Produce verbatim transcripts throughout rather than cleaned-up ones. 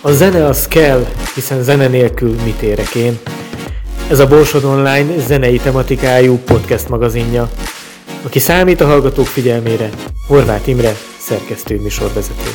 A zene az kell, hiszen zene nélkül mit érek én. Ez a Borsod Online zenei tematikájú podcast magazinja. Aki számít a hallgatók figyelmére, Horváth Imre, szerkesztő műsorvezető.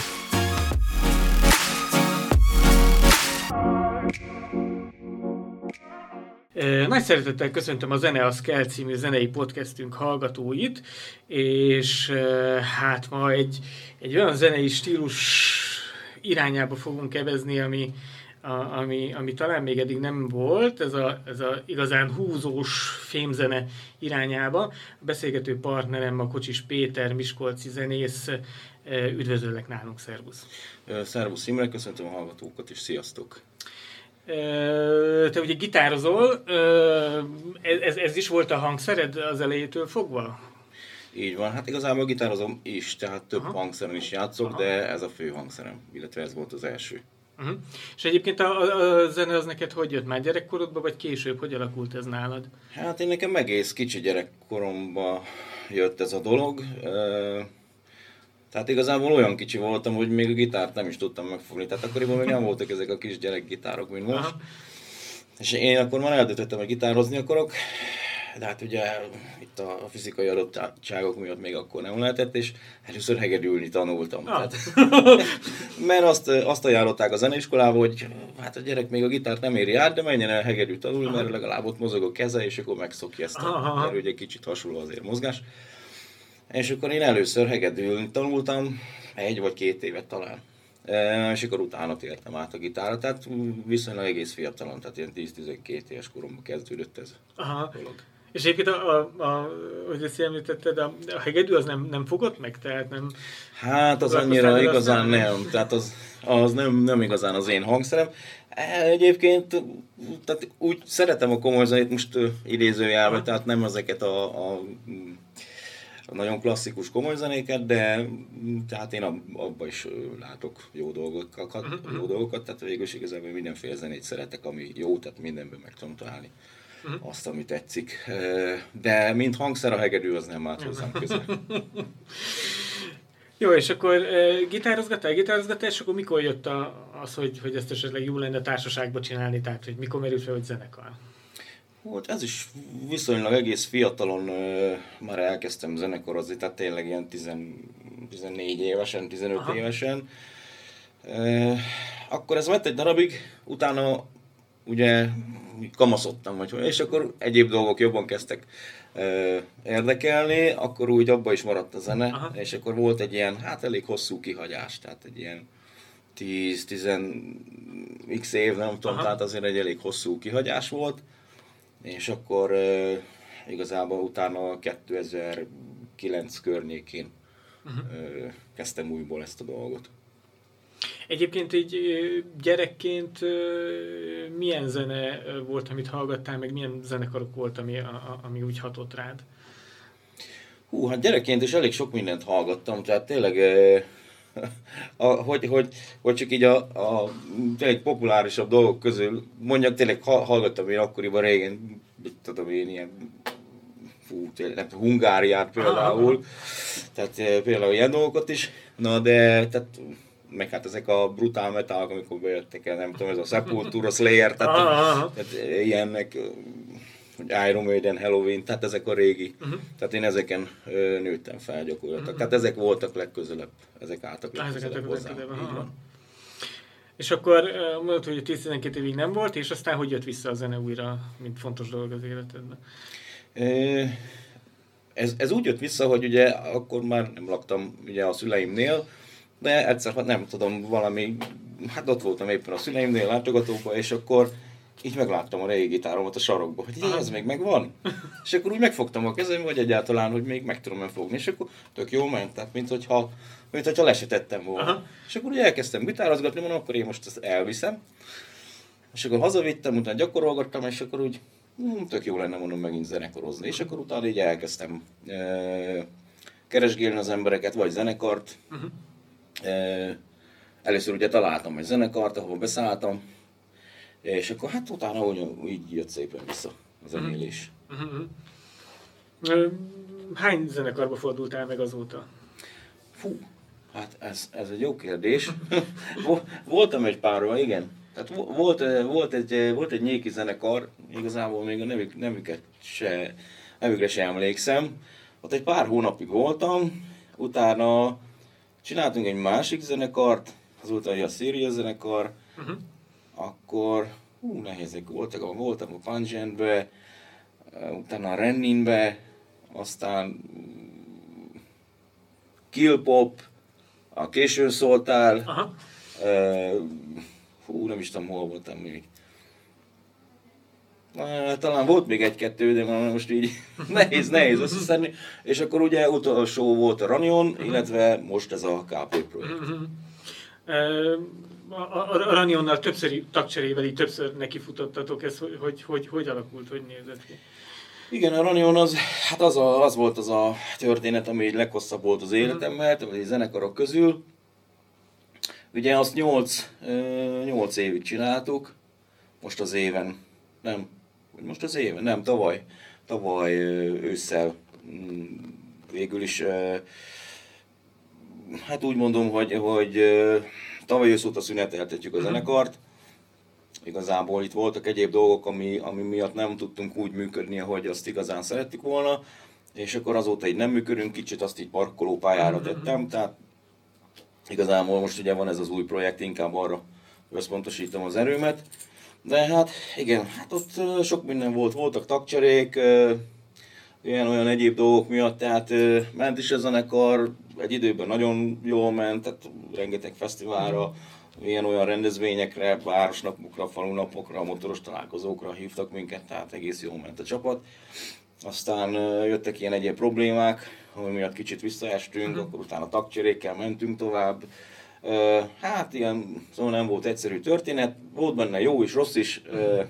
Nagy szeretettel köszöntöm a Zene az kell című zenei podcastünk hallgatóit, és hát ma egy, egy olyan zenei stílus irányába fogunk evezni, ami, a, ami, ami talán még eddig nem volt, ez a, ez a igazán húzós fémzene irányába. A beszélgető partnerem a Kocsis Péter, miskolci zenész. Üdvözöllek nálunk, szervusz! Szervusz Imre, köszöntöm a hallgatókat, és sziasztok! Te ugye gitározol, ez, ez is volt a hangszered az elejétől fogva? Így van, hát igazából gitározom is, tehát több Aha. hangszeren is játszok, Aha. de ez a fő hangszerem, illetve ez volt az első. Uh-huh. És egyébként a, a, a zene az neked hogy jött? Már gyerekkorodban, vagy később? Hogy alakult ez nálad? Hát én nekem egész kicsi gyerekkoromban jött ez a dolog. Tehát igazából olyan kicsi voltam, hogy még a gitárt nem is tudtam megfogni. Tehát akkoriban még nem voltak ezek a kis gyerekgitárok, mint most. Aha. És én akkor már eldöntöttem, hogy gitározni akarok. De hát ugye itt a fizikai adottságok miatt még akkor nem lehetett, és először hegedülni tanultam. Ah. Tehát, mert azt, azt ajánlották a zeneiskolában, hogy hát a gyerek még a gitárt nem éri át, de menjen el hegedű tanulni, Aha. mert legalább ott mozog a keze, és akkor megszokja ezt a, mert ugye kicsit hasonló azért mozgás. És akkor én először hegedülni tanultam, egy vagy két évet talán. E, és akkor utána tértem át a gitárra, tehát viszonylag egész fiatalon, tehát ilyen tíz-tizenkét éves koromban kezdődött ez Aha. a dolog. És egyébként, a, a, a, hogy ezt említetted, a, a hegedű az nem, nem fogott meg? Tehát nem... Hát az annyira igazán nem, nem. Tehát az, az nem, nem igazán az én hangszerem. Egyébként tehát úgy szeretem a komoly zenét, most idézőjelben, tehát nem ezeket a, a a nagyon klasszikus komoly zenéket, de tehát én abban is látok jó dolgokat, uh-huh. jó dolgokat, tehát végül is igazából mindenféle zenét szeretek, ami jó, tehát mindenben meg tudom találni uh-huh. azt, ami tetszik. De mint hangszer a hegedű, az nem állt hozzám közel. Jó, és akkor gitározgattál, gitározgattál, és akkor mikor jött a, az, hogy, hogy ezt esetleg jó lenne társaságba csinálni, tehát hogy mikor merült fel, hogy zenekar? Hát ez is viszonylag egész fiatalon uh, már elkezdtem zenekarozni, tehát tényleg ilyen tizennégy évesen, tizenöt Aha. évesen. Uh, akkor ez ment egy darabig, utána ugye kamaszodtam, vagy, és akkor egyéb dolgok jobban kezdtek uh, érdekelni, akkor úgy abba is maradt a zene, Aha. és akkor volt egy ilyen, hát elég hosszú kihagyás, tehát egy ilyen tíz-tíz x év, nem tudom, Aha. tehát azért egy elég hosszú kihagyás volt. És akkor uh, igazából utána kétezer-kilenc környékén uh-huh. uh, kezdtem újból ezt a dolgot. Egyébként így gyerekként milyen zene volt, amit hallgattál, meg milyen zenekarok volt, ami, a, ami úgy hatott rád? Hú, hát gyerekként is elég sok mindent hallgattam, tehát tényleg, uh, a, hogy, hogy, hogy csak így a, a tényleg populárisabb dolgok közül, mondjak, tényleg hallgattam én akkoriban régen, tudom én ilyen, fú, tényleg, Hungáriát például, Aha. tehát például ilyen dolgokat is, na de, tehát, meg hát ezek a brutál metálok, amikor bejöttek el, nem tudom, ez a Sepultura, Slayer, tehát, tehát ilyennek, hogy Iron Maiden, Halloween, tehát ezek a régi, uh-huh. tehát én ezeken ö, nőttem fel gyakorlatilag, uh-huh. tehát ezek voltak legközelebb, ezek álltak legközelebb hozzám, így van. És akkor mondod, hogy tíz-tizenkét évig nem volt, és aztán hogy jött vissza a zene újra, mint fontos dolog az életedben? Ez, ez úgy jött vissza, hogy ugye akkor már nem laktam ugye a szüleimnél, de egyszer, hát nem tudom, valami, hát ott voltam éppen a szüleimnél látogatóban, és akkor így megláttam a régi gitáromat a sarokba, hogy ez még megvan. És akkor úgy megfogtam a kezem, vagy egyáltalán, hogy még meg tudom fogni, és akkor tök jól ment, tehát mint hogyha, mint hogyha lesetettem volna. Aha. És akkor úgy elkezdtem gitározgatni, mondom, akkor én most ezt elviszem. És akkor hazavittem, utána gyakorolgattam, és akkor úgy hm, tök jó lenne, mondom, megint zenekarozni. És akkor utána így elkezdtem e, keresgélni az embereket, vagy zenekart. Uh-huh. E, először ugye találtam egy zenekart, ahol beszálltam, és akkor hát utána úgy, így jött szépen vissza a zenélés. Uh-huh. Hány zenekarba fordultál meg azóta? Fú, Hát ez, ez egy jó kérdés. Voltam egy párban, igen. Tehát volt, volt, egy, volt egy nyéki zenekar, igazából még a nevük, nevüket se, nevükre se emlékszem. Ott egy pár hónapig voltam, utána csináltunk egy másik zenekart, azóta a Sirius zenekar, uh-huh. Akkor hú, nehézek voltak, voltam a Pungentbe, utána a Renninbe, aztán Killpop, a Későn szóltál, aha. Uh, hú, nem is tudom, hol voltam még. Uh, talán volt még egy-kettő, de most így nehéz, nehéz összeszedni. És akkor ugye utolsó volt a Ranion, uh-huh. illetve most ez a ká pé projekt. Uh-huh. Uh, a, a Ranionnal többszöri tagcserével így többször nekifutottatok, ez hogy, hogy, hogy, hogy alakult, hogy nézett ki? Igen, a Ranion az, hát az, a, az volt az a történet, ami így leghosszabb volt az életemben, vagy a zenekarok közül. Ugye azt nyolc évig csináltuk, most az éven, nem, most az éven, nem, tavaly, tavaly ősszel végül is, hát úgy mondom, hogy, hogy tavaly ősz óta szüneteltetjük a zenekart. Igazából itt voltak egyéb dolgok, ami, ami miatt nem tudtunk úgy működni, ahogy azt igazán szerettük volna, és akkor azóta így nem működünk, kicsit azt így parkolópályára tettem, tehát igazából most ugye van ez az új projekt, inkább arra összpontosítom az erőmet. De hát igen, hát ott sok minden volt, voltak tagcserék, ilyen-olyan egyéb dolgok miatt, tehát ment is a zenekar, egy időben nagyon jól ment, tehát rengeteg fesztiválra, ilyen-olyan rendezvényekre, városnapokra, falunapokra, motoros találkozókra hívtak minket, tehát egész jól ment a csapat. Aztán jöttek ilyen egyéb problémák, ami miatt kicsit visszaestünk, uh-huh. akkor utána tagcserékkel mentünk tovább. Uh, hát ilyen, szóval nem volt egyszerű történet, volt benne jó is, rossz is. Uh,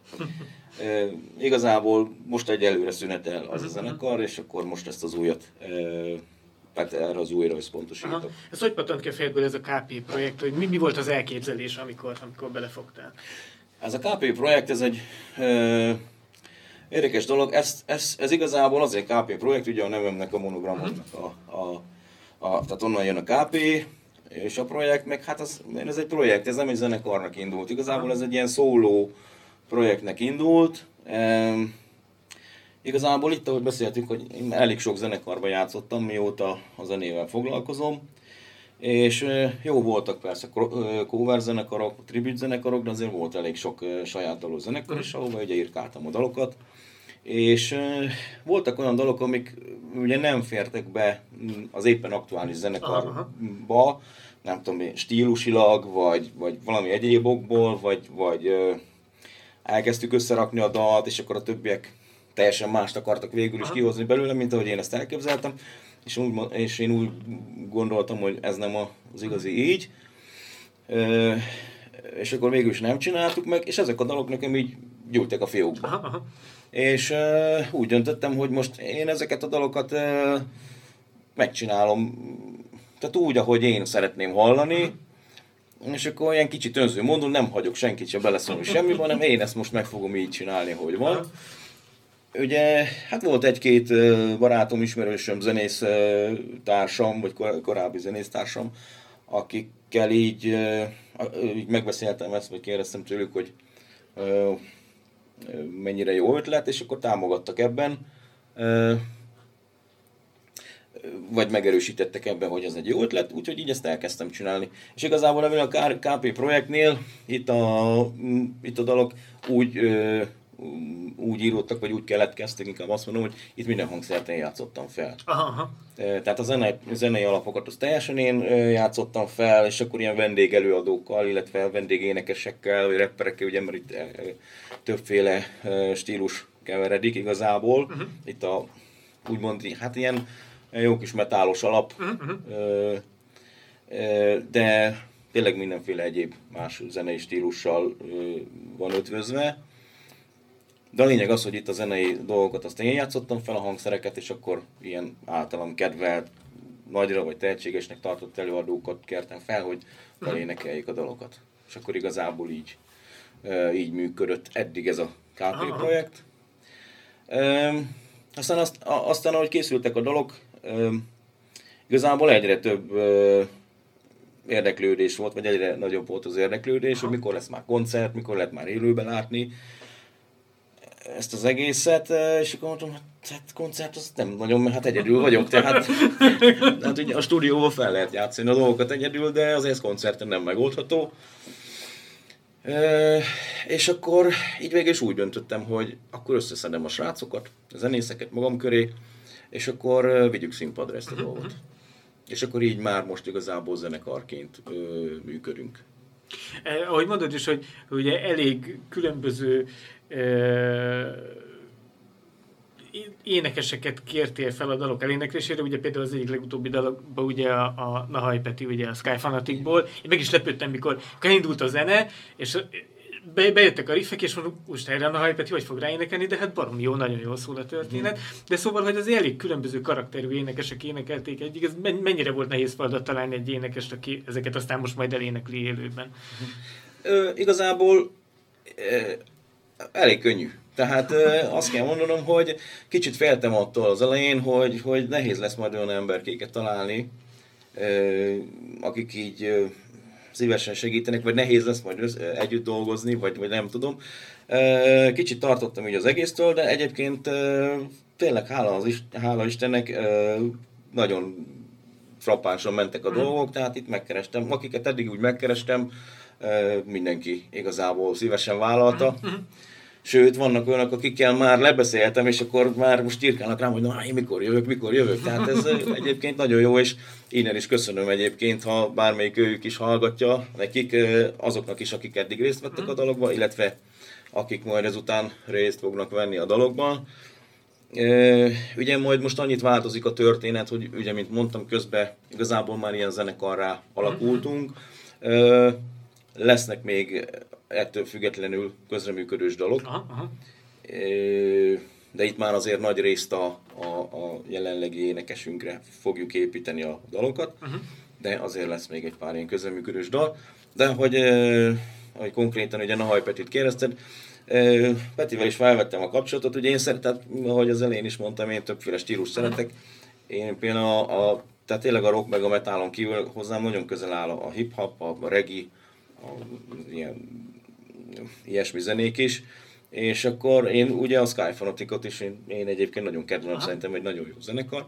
uh, igazából most egyelőre szünetel az a zenekar, és akkor most ezt az újat, uh, hát erre az újra összpontosítok. Ez hogy pattant ki a fejedből ez a ká pé projekt, hogy mi, mi volt az elképzelés, amikor, amikor belefogtál? Ez a ká pé projekt, ez egy uh, érdekes dolog, ez, ez, ez igazából azért ká pé projekt, ugye a nevemnek, a monogramomnak, a, a, a, tehát onnan jön a ká pé, és a projekt, meg hát az, ez egy projekt, ez nem egy zenekarnak indult, igazából ez egy ilyen szóló projektnek indult. Ehm, igazából itt, ahogy beszéltünk, hogy én elég sok zenekarban játszottam, mióta a zenével foglalkozom, és jó voltak persze cover zenekarok, tribute zenekarok, de azért volt elég sok saját dalú zenekar, és ahova ugye írkáltam a dalokat. És uh, voltak olyan dalok, amik ugye nem fértek be az éppen aktuális zenekarba, nem tudom, stílusilag, vagy, vagy valami egyéb okból, vagy, vagy uh, elkezdtük összerakni a dalt, és akkor a többiek teljesen mást akartak végül is kihozni belőle, mint ahogy én ezt elképzeltem, és, úgy, és én úgy gondoltam, hogy ez nem az igazi így. Uh, és akkor végül is nem csináltuk meg, és ezek a dalok nekem így gyújtak a fiókba. Aha, aha. És uh, úgy döntöttem, hogy most én ezeket a dalokat uh, megcsinálom, tehát úgy, ahogy én szeretném hallani, és akkor olyan kicsit önző módon nem hagyok senkit sem beleszólni semmiben, hanem én ezt most meg fogom így csinálni, hogy van. Ugye, hát volt egy-két barátom, ismerősöm, zenész társam, vagy kor- korábbi zenésztársam, akikkel így, így megbeszéltem ezt, vagy kérdeztem tőlük, hogy mennyire jó ötlet, és akkor támogattak ebben, vagy megerősítettek ebben, hogy ez egy jó ötlet, úgyhogy így ezt elkezdtem csinálni. És igazából ebben a ká pé projektnél itt a, itt a dalok úgy, úgy íródtak, vagy úgy keletkeztek, inkább azt mondom, hogy itt minden hangszert én játszottam fel. Aha, aha. Tehát a zenei, zenei alapokat azt teljesen én játszottam fel, és akkor ilyen vendégelőadókkal, illetve vendégénekesekkel, vagy rapperekkel, ugye, mert itt többféle stílus keveredik igazából. Uh-huh. Itt a úgymond, hát ilyen jó kis metálos alap, uh-huh. de tényleg mindenféle egyéb más zenei stílussal van ötvözve. De a lényeg az, hogy itt a zenei dolgokat azt én játszottam fel, a hangszereket, és akkor ilyen általam kedvelt, nagyra vagy tehetségesnek tartott előadókat kértem fel, hogy felénekeljék a dalokat. És akkor igazából így, így működött eddig ez a ká pé projekt. Aztán, azt, aztán ahogy készültek a dalok, igazából egyre több ö, érdeklődés volt, vagy egyre nagyobb volt az érdeklődés, hogy mikor lesz már koncert, mikor lehet már élőben látni ezt az egészet, és akkor mondtam, hát koncert az nem nagyon, mert hát egyedül vagyok, tehát hát ugye a stúdióban fel lehet játszani a dolgokat egyedül, de azért ez koncerten nem megoldható. E, és akkor így végül is úgy döntöttem, hogy akkor összeszedem a srácokat, a zenészeket magam köré, és akkor vigyük színpadra ezt a dolgot. És akkor így már most igazából zenekarként ö, működünk. Eh, ahogy mondod is, hogy ugye elég különböző eh, énekeseket kértél fel a dalok eléneklésére, ugye például az egyik legutóbbi dalokban ugye a, a Nahaj Peti, ugye a Sky Fanaticból. Én meg is lepődtem, mikor elindult a zene, és be, bejöttek a riffek, és mondom, most erre a Nahaj Peti hogy fog ráénekelni, de hát baromi jó, nagyon jól szól a történet. De szóval, hogy az elég különböző karakterű énekesek énekelték egyik, ez mennyire volt nehéz feladat találni egy énekest, aki ezeket aztán most majd elénekli élőben? Ö, igazából ö, elég könnyű. Tehát ö, azt kell mondanom, hogy kicsit féltem attól az elején, hogy, hogy nehéz lesz majd olyan emberkéket találni, ö, akik így ö, szívesen segítenek, vagy nehéz lesz majd össz, együtt dolgozni, vagy, vagy nem tudom. Ö, kicsit tartottam így az egésztől, de egyébként ö, tényleg hála, az is, hála Istennek ö, nagyon frappánsan mentek a dolgok, tehát itt megkerestem, akiket eddig úgy megkerestem, ö, mindenki igazából szívesen vállalta. Sőt, vannak olyanok, akikkel már lebeszéltem, és akkor már most írkálnak rám, hogy na, én mikor jövök, mikor jövök. Tehát ez egyébként nagyon jó, és innen is köszönöm egyébként, ha bármelyik őjük is hallgatja nekik, azoknak is, akik eddig részt vettek a dalokban, illetve akik majd ezután részt fognak venni a dalokban. Ugye majd most annyit változik a történet, hogy ugye, mint mondtam, közben igazából már ilyen zenekarrá alakultunk. Lesznek még ettől függetlenül közreműködős dalok. Aha, aha. De itt már azért nagy részt a, a, a jelenlegi énekesünkre fogjuk építeni a dalokat, uh-huh. De azért lesz még egy pár ilyen közreműködős dal. De hogy, hogy konkrétan ugye Nahaj Petit kérdezted, Petivel is felvettem a kapcsolatot, ugye én szeretem, ahogy az elején is mondtam, én többféle stílus szeretek. Én például a, a, tehát tényleg a rock meg a metálon kívül hozzám nagyon közel áll a hip-hop, a reggae, a, ilyen ilyesmi zenék is, és akkor én ugye a Sky Fanaticot is, én, én egyébként nagyon kedvelem, aha. Szerintem egy nagyon jó zenekar.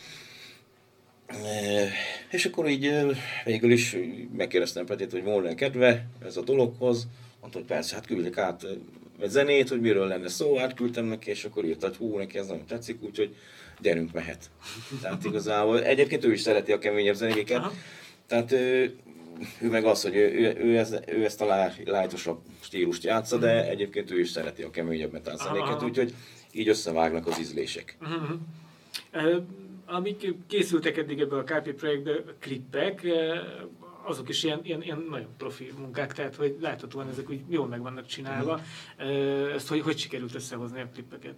E, és akkor így végül is megkérdeztem Petit, hogy volna kedve ez a dologhoz, mondta, hogy persze, hát küldjek át egy zenét, hogy miről lenne szó, átküldtem neki, és akkor írta, hogy hú, neki ez nagyon tetszik, úgyhogy gyerünk, mehet. Tehát igazából, egyébként ő is szereti a keményebb zenéket, aha. Tehát ő meg az, hogy ő, ő, ő, ez, ő ezt a lightosabb stílust játsza, de egyébként ő is szereti a keményebb metal zenéket, úgyhogy így összevágnak az ízlések. Uh-huh. Uh, amik készültek eddig ebbe a ká pé projektbe, a klippek, uh, azok is ilyen, ilyen, ilyen nagyon profi munkák, tehát hogy láthatóan ezek úgy jól meg vannak csinálva. Uh, ezt hogy, hogy sikerült összehozni a klippeket?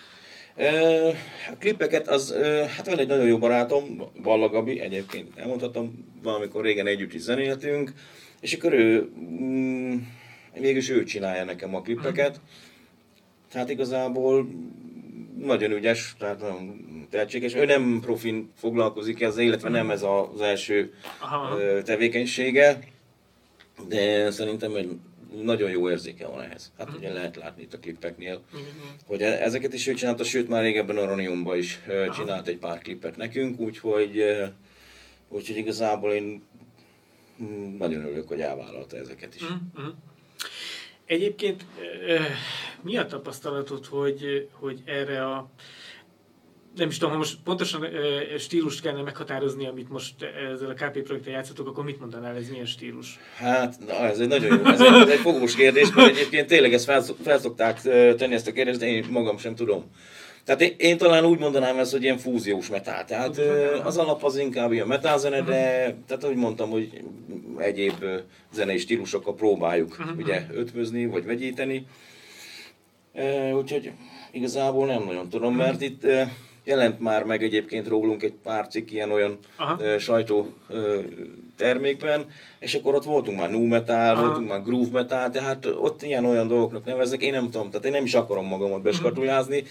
A klippeket, az, hát van egy nagyon jó barátom, Balla Gabi, egyébként elmondhatom, valamikor régen együtt is zenéltünk, és akkor ő, mm, mégis ő csinálja nekem a klippeket. Tehát igazából nagyon ügyes, tehát nagyon tehetséges. Ő nem profin foglalkozik ezzel, illetve nem ez az első aha. tevékenysége, de szerintem egy nagyon jó érzéke van ehhez. Hát ugye lehet látni itt a klippeknél, uh-huh. hogy ezeket is ő csinálta, sőt már régebben a Roniumban is uh, csinált egy pár klippet nekünk, úgyhogy, uh, úgyhogy igazából én nagyon örülök, hogy elvállalta ezeket is. Uh-huh. Egyébként uh, mi a tapasztalatod, hogy, hogy erre a nem is tudom, ha most pontosan uh, stílust kellene meghatározni, amit most ezzel a ká pé projekttel játszatok, akkor mit mondanál, ez milyen stílus? Hát, na, ez egy nagyon jó, ez egy, ez egy fogós kérdés, mert egyébként tényleg ezt felszokták tenni ezt a kérdést, de én magam sem tudom. Tehát én, én talán úgy mondanám ezt, hogy ilyen fúziós metál. Tehát az alap az inkább ilyen metálzene, de tehát ahogy mondtam, hogy egyéb zenei stílusokkal próbáljuk ugye ötvözni, vagy vegyíteni. Úgyhogy igazából nem nagyon tudom, mert itt jelent már meg egyébként rólunk egy pár cikk ilyen-olyan uh, sajtó uh, termékben, és akkor ott voltunk már nu metal, aha. voltunk már groove metal, tehát ott ilyen-olyan dolgoknak neveznek, én nem tudom, tehát én nem is akarom magamat beskatujázni,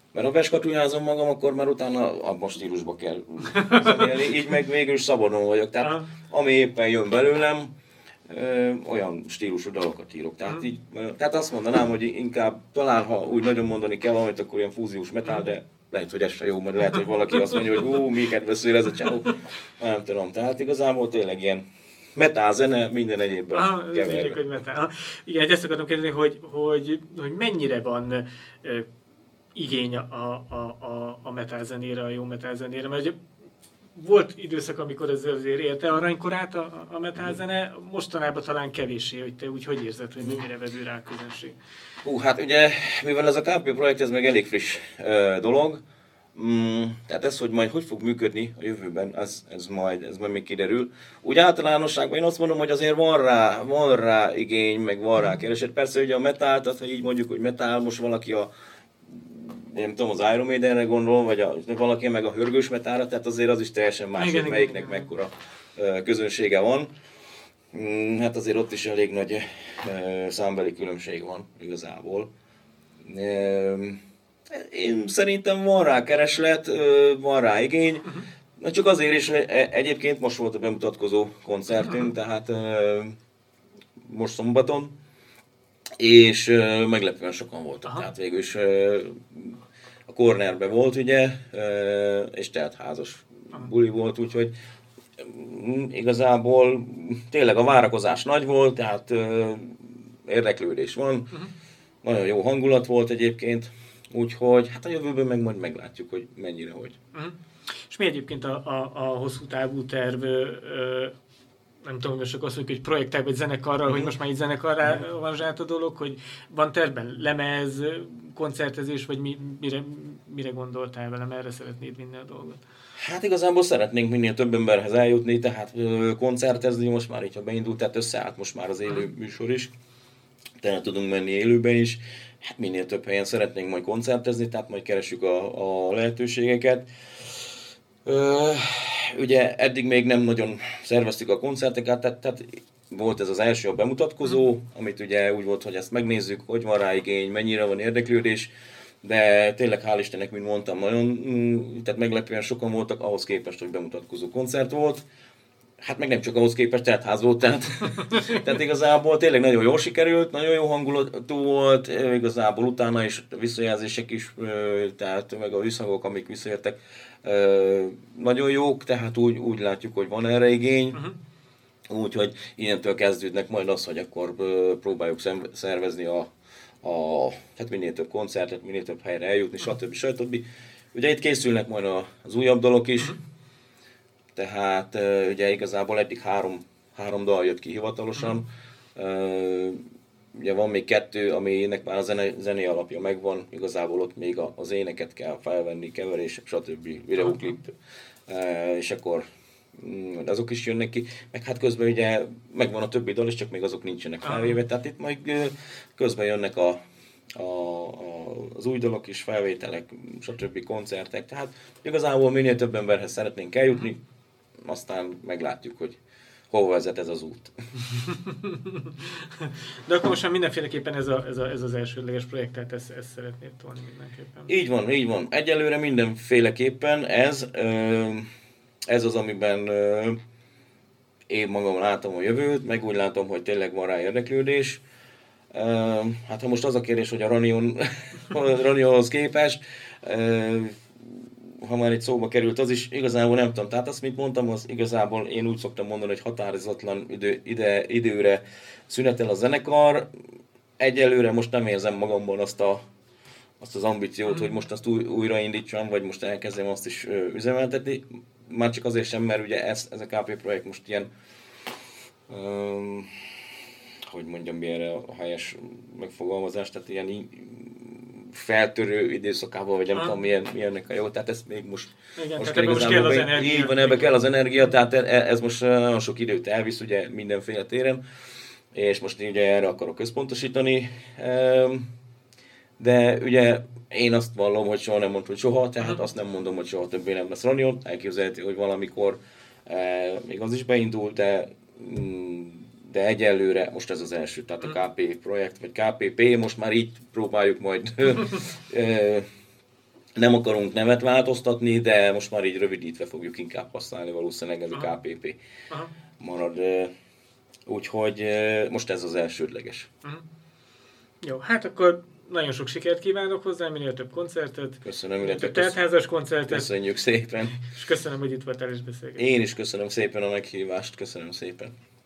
Mert ha beskatujázom magam, akkor már utána abban a stílusba kell zenélni, így meg végül is szabadon vagyok. Tehát aha. ami éppen jön belőlem, ö, olyan stílusú dalokat írok. Tehát, így, tehát azt mondanám, hogy inkább talán, ha úgy nagyon mondani kell valamit, akkor ilyen fúziós metal, de lehet, hogy ez se jó, mert lehet, hogy valaki azt mondja, hogy hú, miket beszél ez a csávó. Nem tudom, tehát igazából tényleg ilyen metal zene, minden egyébben ah, keverve. Hogy metal. Igen, ezt akartam kérdezni, hogy, hogy, hogy mennyire van uh, igény a, a, a, a metal zenére, a jó metal zenére, mert ugye volt időszak, amikor ez azért érte aranykorát a, a metal zene, mostanában talán kevéssé, hogy te úgy hogy érzed, hogy mennyire vedő rá a közönség? Hú, hát ugye, mivel ez a ká pé projekt, ez meg elég friss uh, dolog, mm, tehát ez, hogy majd hogy fog működni a jövőben, ez, ez, majd, ez majd még kiderül. Úgy általánosságban én azt mondom, hogy azért van rá, van rá igény, meg van rá kereset. Persze ugye a metal, tehát ha így mondjuk, hogy metal, most valaki a nem tudom, az Iron Maidenre gondol, vagy a, valaki meg a hörgős metalra, tehát azért az is teljesen más, igen, hogy melyiknek igen, mekkora uh, közönsége van. Mm, hát azért ott is elég nagy uh, számbeli különbség van igazából. Uh, én szerintem van rá kereslet, uh, van rá igény, uh-huh. csak azért is, egyébként most volt a bemutatkozó koncertünk, uh-huh. tehát uh, most szombaton, és uh, meglepően sokan voltak, aha. tehát végül is uh, a Cornerben volt ugye, uh, és tehát házas buli volt, úgyhogy um, igazából tényleg a várakozás nagy volt, tehát uh, érdeklődés van, uh-huh. nagyon jó hangulat volt egyébként, úgyhogy hát a jövőben meg majd meglátjuk, hogy mennyire, hogy. Uh-huh. És mi egyébként a, a, a hosszú távú terv, uh, nem tudom, hogy csak azt mondjuk, hogy projektek vagy zenekarral, mm. hogy most már így zenekarra mm. van zsált a dolog, hogy van tervben lemez, koncertezés, vagy mi, mire, mire gondoltál vele, merre szeretnéd vinni a dolgot? Hát igazából szeretnénk minél több emberhez eljutni, tehát koncertezni most már így, ha beindult, tehát összeállt most már az élő műsor is, tehát tudunk menni élőben is, hát minél több helyen szeretnénk majd koncertezni, tehát majd keresjük a, a lehetőségeket. Ö, ugye eddig még nem nagyon szerveztük a koncerteket, tehát, tehát volt ez az első a bemutatkozó, amit ugye úgy volt, hogy ezt megnézzük, hogy van rá igény, mennyire van érdeklődés, de tényleg hál' Istennek, mint mondtam, nagyon, tehát meglepően sokan voltak ahhoz képest, hogy bemutatkozó koncert volt. Hát meg nem csak ahhoz képest, tehát ház volt, tehát, tehát igazából tényleg nagyon jól sikerült, nagyon jó hangulatú volt, igazából utána is visszajelzések is, tehát meg a visszhangok, amik visszajöttek, nagyon jók, tehát úgy, úgy látjuk, hogy van erre igény. Uh-huh. Úgyhogy innentől kezdődnek majd az, hogy akkor próbáljuk szervezni a, a tehát minél több koncertet, minél több helyre eljutni, stb. stb. Ugye itt készülnek majd az újabb dalok is, uh-huh. tehát ugye igazából eddig három, három dal jött ki hivatalosan. Uh-huh. Ugye van még kettő, aminek már a zene, zené alapja megvan, igazából ott még az éneket kell felvenni, keverések, stb. Videóklip, uh-huh. és akkor azok is jönnek ki, meg hát közben ugye megvan a többi dal, és csak még azok nincsenek felvéve, tehát itt majd közben jönnek a, a, a, az új dalok is, felvételek, stb. Koncertek, tehát igazából minél több emberhez szeretnénk eljutni, aztán meglátjuk, hogy hova vezet ez az út. De akkor most már mindenféleképpen ez, a, ez, a, ez az elsődleges projekt, tehát ezt, ezt szeretnéd tolni mindenképpen. Így van, így van. Egyelőre mindenféleképpen ez, ez az, amiben én magam látom a jövőt, meg úgy látom, hogy tényleg van rá érdeklődés. Hát ha most az a kérdés, hogy a Ranion, Ranionhoz képest, ha már itt szóba került, az is igazából nem tudom. Tehát azt, mint mondtam, az igazából én úgy szoktam mondani, hogy határozatlan idő, ide, időre szünetel a zenekar. Egyelőre most nem érzem magamban azt, a, azt az ambíciót, mm. hogy most azt új, újraindítsam, vagy most elkezdem azt is ö, üzemeltetni. Már csak azért sem, mert ugye ez, ez a ká pé projekt most ilyen, um, hogy mondjam, milyenre a helyes megfogalmazás, tehát ilyen feltörő időszakában, vagy nem ah. tudom milyen, milyennek a jó, tehát ez még most, igen, most, most kell az energia. Így van, ebbe kell az energia, tehát ez most nagyon sok időt elvisz ugye mindenféle téren, és most ugye erre akarok központosítani, de ugye én azt vallom, hogy soha nem mondtam, hogy soha, tehát uh-huh. azt nem mondom, hogy soha többé nem lesz Ranion, elképzelhető, hogy valamikor még az is beindult, de de egyelőre most ez az első, tehát a ká pé projekt, vagy ká pé pé, most már így próbáljuk majd Nem akarunk nevet változtatni, de most már így rövidítve fogjuk inkább használni, valószínűleg ez a ká pé pé Aha. marad. Úgyhogy most ez az elsődleges. Aha. Jó, hát akkor nagyon sok sikert kívánok hozzá, minél több koncertet. Köszönöm, illetve teltházas koncertet. Köszönjük szépen. És köszönöm, hogy itt voltál és beszélgettünk. Én is köszönöm szépen a meghívást, köszönöm szépen.